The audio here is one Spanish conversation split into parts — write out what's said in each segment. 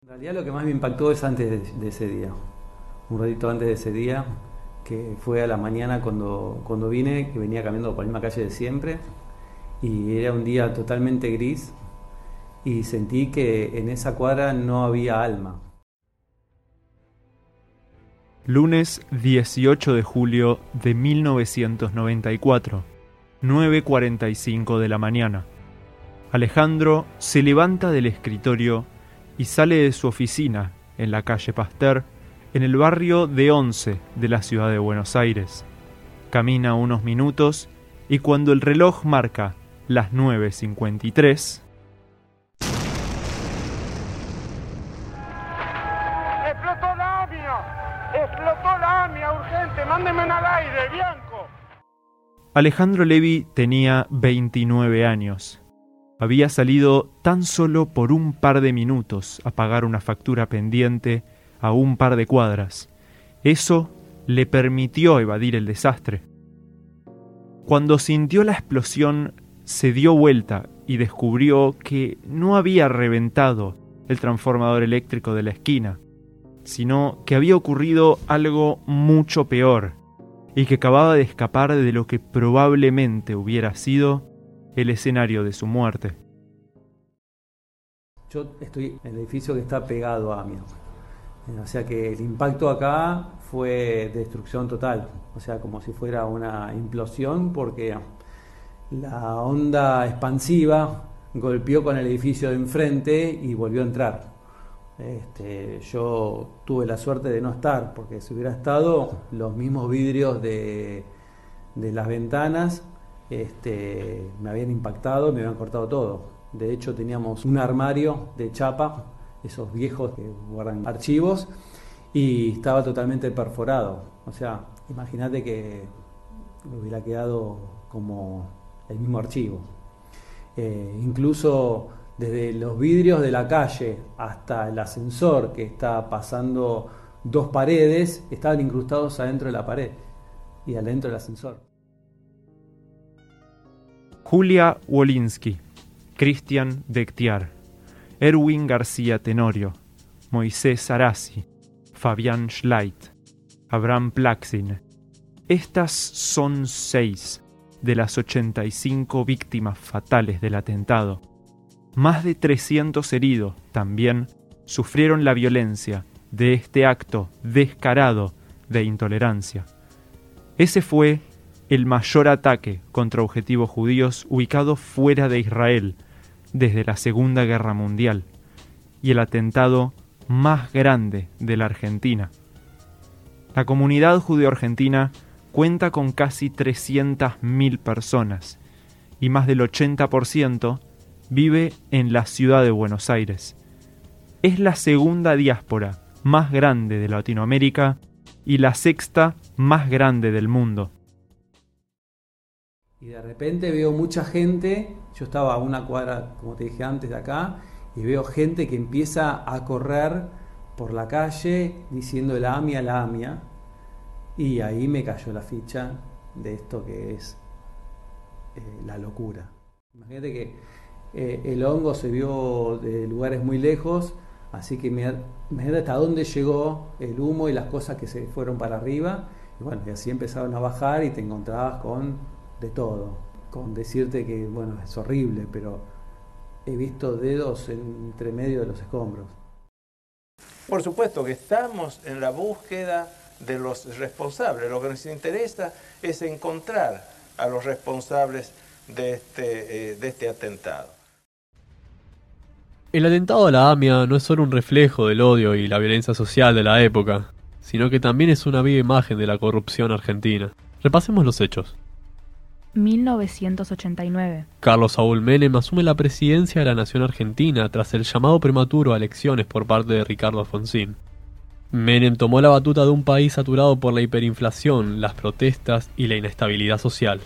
En realidad lo que más me impactó es antes de ese día, un ratito antes de ese día, que fue a la mañana cuando vine, que venía caminando por la misma calle de siempre, y era un día totalmente gris, y sentí que en esa cuadra no había alma. Lunes 18 de julio de 1994, 9:45 de la mañana. Alejandro se levanta del escritorio y sale de su oficina en la calle Pasteur, en el barrio de Once de la ciudad de Buenos Aires. Camina unos minutos y cuando el reloj marca las 9:53... ¡Explotó la AMIA! ¡Urgente! ¡Mándenme al aire, Bianco! Alejandro Levi tenía 29 años. Había salido tan solo por un par de minutos a pagar una factura pendiente a un par de cuadras. Eso le permitió evadir el desastre. Cuando sintió la explosión, se dio vuelta y descubrió que no había reventado el transformador eléctrico de la esquina, sino que había ocurrido algo mucho peor y que acababa de escapar de lo que probablemente hubiera sido el escenario de su muerte. Yo estoy en el edificio que está pegado a AMIA, o sea que el impacto acá fue destrucción total, o sea, como si fuera una implosión, porque la onda expansiva golpeó con el edificio de enfrente y volvió a entrar. Yo tuve la suerte de no estar, porque si hubiera estado, los mismos vidrios de las ventanas me habían impactado, me habían cortado todo. De hecho, teníamos un armario de chapa, esos viejos que guardan archivos, y estaba totalmente perforado. O sea, imagínate que hubiera quedado como el mismo archivo. Incluso desde los vidrios de la calle hasta el ascensor, que está pasando dos paredes, estaban incrustados adentro de la pared y adentro del ascensor. Julia Wolinski, Cristian Dectiar, Erwin García Tenorio, Moisés Arasi, Fabián Schleit, Abraham Plaxin. Estas son 6 de las 85 víctimas fatales del atentado. Más de 300 heridos también sufrieron la violencia de este acto descarado de intolerancia. Ese fue el mayor ataque contra objetivos judíos ubicados fuera de Israel desde la Segunda Guerra Mundial y el atentado más grande de la Argentina. La comunidad judeo-argentina cuenta con casi 300.000 personas y más del 80% vive en la ciudad de Buenos Aires. Es la segunda diáspora más grande de Latinoamérica y la sexta más grande del mundo. Y de repente veo mucha gente, yo estaba a una cuadra, como te dije antes, de acá, y veo gente que empieza a correr por la calle diciendo la AMIA, y ahí me cayó la ficha de esto que es la locura. Imagínate que el hongo se vio de lugares muy lejos, así que imagínate hasta dónde llegó el humo y las cosas que se fueron para arriba, y bueno, y así empezaron a bajar y te encontrabas con de todo, con decirte que bueno, es horrible, pero he visto dedos entre medio de los escombros. Por supuesto que estamos en la búsqueda de los responsables. Lo que nos interesa es encontrar a los responsables de este atentado. El atentado a la AMIA no es solo un reflejo del odio y la violencia social de la época, sino que también es una viva imagen de la corrupción argentina. Repasemos los hechos. 1989. Carlos Saúl Menem asume la presidencia de la nación argentina tras el llamado prematuro a elecciones por parte de Ricardo Alfonsín. Menem tomó la batuta de un país saturado por la hiperinflación, las protestas y la inestabilidad social.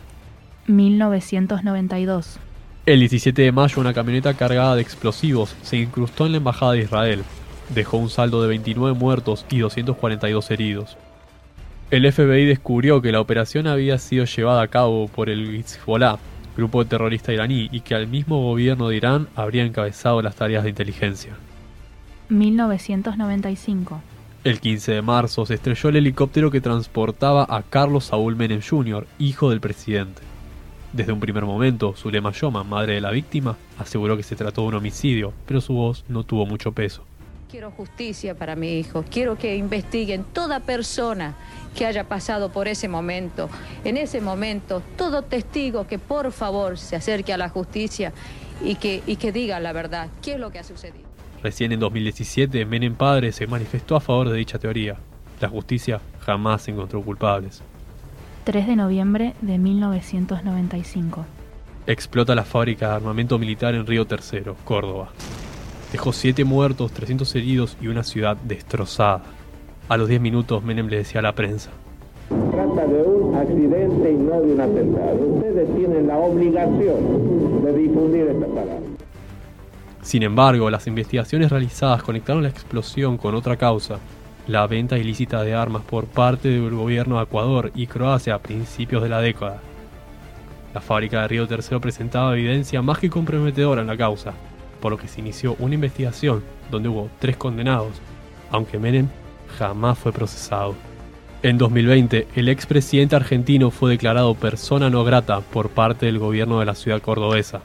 1992. El 17 de mayo una camioneta cargada de explosivos se incrustó en la embajada de Israel. Dejó un saldo de 29 muertos y 242 heridos. El FBI descubrió que la operación había sido llevada a cabo por el Hezbollah, grupo terrorista iraní, y que el mismo gobierno de Irán habría encabezado las tareas de inteligencia. 1995. El 15 de marzo se estrelló el helicóptero que transportaba a Carlos Saúl Menem Jr., hijo del presidente. Desde un primer momento, Zulema Yoma, madre de la víctima, aseguró que se trató de un homicidio, pero su voz no tuvo mucho peso. Quiero justicia para mi hijo, quiero que investiguen toda persona que haya pasado por ese momento. En ese momento, todo testigo que por favor se acerque a la justicia y que diga la verdad, qué es lo que ha sucedido. Recién en 2017, Menem padre se manifestó a favor de dicha teoría. La justicia jamás encontró culpables. 3 de noviembre de 1995. Explota la fábrica de armamento militar en Río Tercero, Córdoba. Dejó 7 muertos, 300 heridos y una ciudad destrozada. A los 10 minutos, Menem le decía a la prensa: trata de un accidente y no de un atentado. Ustedes tienen la obligación de difundir esta palabra. Sin embargo, las investigaciones realizadas conectaron la explosión con otra causa: la venta ilícita de armas por parte del gobierno de Ecuador y Croacia a principios de la década. La fábrica de Río Tercero presentaba evidencia más que comprometedora en la causa, por lo que se inició una investigación donde hubo 3 condenados, aunque Menem jamás fue procesado. En 2020, el expresidente argentino fue declarado persona no grata por parte del gobierno de la ciudad cordobesa.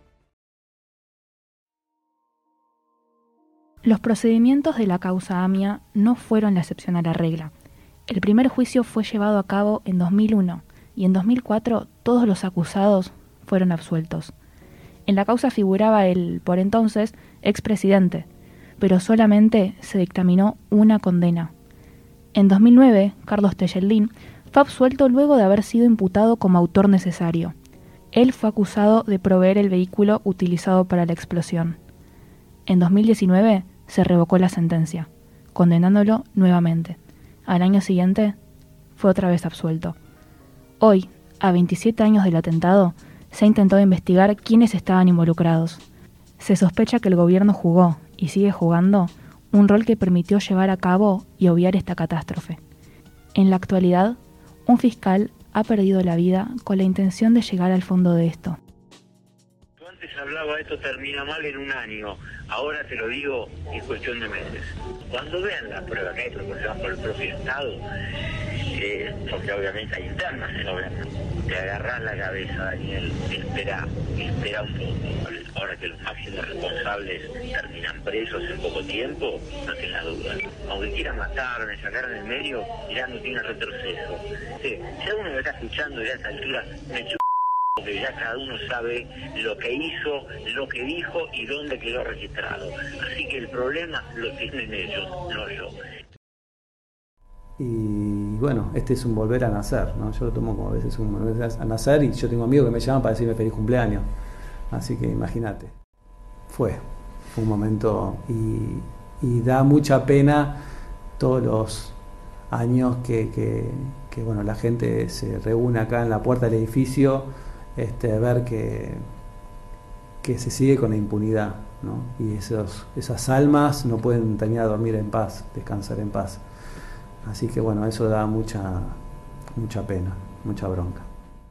Los procedimientos de la causa AMIA no fueron la excepción a la regla. El primer juicio fue llevado a cabo en 2001 y en 2004 todos los acusados fueron absueltos. En la causa figuraba el, por entonces, expresidente, pero solamente se dictaminó una condena. En 2009, Carlos Tejeldín fue absuelto luego de haber sido imputado como autor necesario. Él fue acusado de proveer el vehículo utilizado para la explosión. En 2019 se revocó la sentencia, condenándolo nuevamente. Al año siguiente fue otra vez absuelto. Hoy, a 27 años del atentado, se ha intentado investigar quiénes estaban involucrados. Se sospecha que el gobierno jugó, y sigue jugando, un rol que permitió llevar a cabo y obviar esta catástrofe. En la actualidad, un fiscal ha perdido la vida con la intención de llegar al fondo de esto. Antes hablaba esto termina mal en un año, ahora te lo digo en cuestión de meses. Cuando vean las pruebas que hay proporcionadas por el propio Estado, porque obviamente hay internas en el gobierno, te agarrás la cabeza, Daniel, espera un poco. Ahora que los máximos responsables terminan presos en poco tiempo, no tengas dudas. Aunque quieran matarme, sacar en el medio, ya no tiene retroceso. Sí, si alguno me está escuchando ya a esta altura, me porque ya cada uno sabe lo que hizo, lo que dijo y dónde quedó registrado. Así que el problema lo tienen ellos, no yo. Y bueno, este es un volver a nacer, ¿no? Yo lo tomo como a veces un volver a nacer, y yo tengo amigos que me llaman para decirme feliz cumpleaños. Así que imagínate. Fue un momento y da mucha pena todos los años que bueno, la gente se reúne acá en la puerta del edificio, ver que se sigue con la impunidad, ¿no? Y esas almas no pueden terminar a dormir en paz, descansar en paz. Así que bueno, eso da mucha pena, mucha bronca.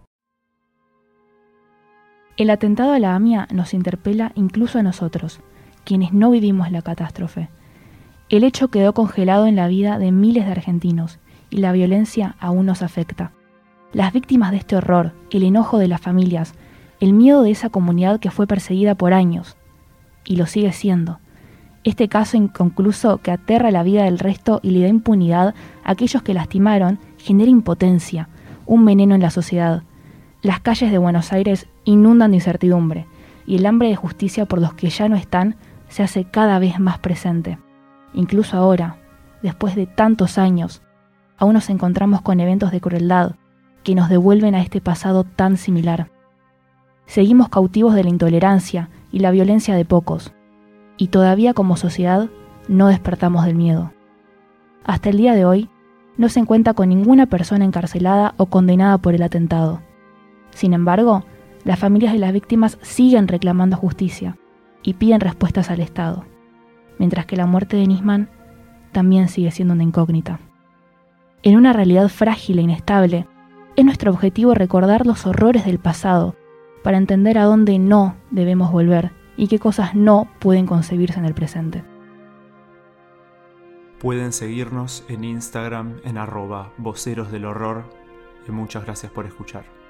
El atentado a la AMIA nos interpela incluso a nosotros, quienes no vivimos la catástrofe. El hecho quedó congelado en la vida de miles de argentinos y la violencia aún nos afecta. Las víctimas de este horror, el enojo de las familias, el miedo de esa comunidad que fue perseguida por años, y lo sigue siendo. Este caso inconcluso que aterra la vida del resto y le da impunidad a aquellos que lastimaron, genera impotencia, un veneno en la sociedad. Las calles de Buenos Aires inundan de incertidumbre, y el hambre de justicia por los que ya no están se hace cada vez más presente. Incluso ahora, después de tantos años, aún nos encontramos con eventos de crueldad que nos devuelven a este pasado tan similar. Seguimos cautivos de la intolerancia y la violencia de pocos, y todavía como sociedad no despertamos del miedo. Hasta el día de hoy, no se cuenta con ninguna persona encarcelada o condenada por el atentado. Sin embargo, las familias de las víctimas siguen reclamando justicia y piden respuestas al Estado, mientras que la muerte de Nisman también sigue siendo una incógnita. En una realidad frágil e inestable, es nuestro objetivo recordar los horrores del pasado para entender a dónde no debemos volver y qué cosas no pueden concebirse en el presente. Pueden seguirnos en Instagram en @vocerosdelhorror y muchas gracias por escuchar.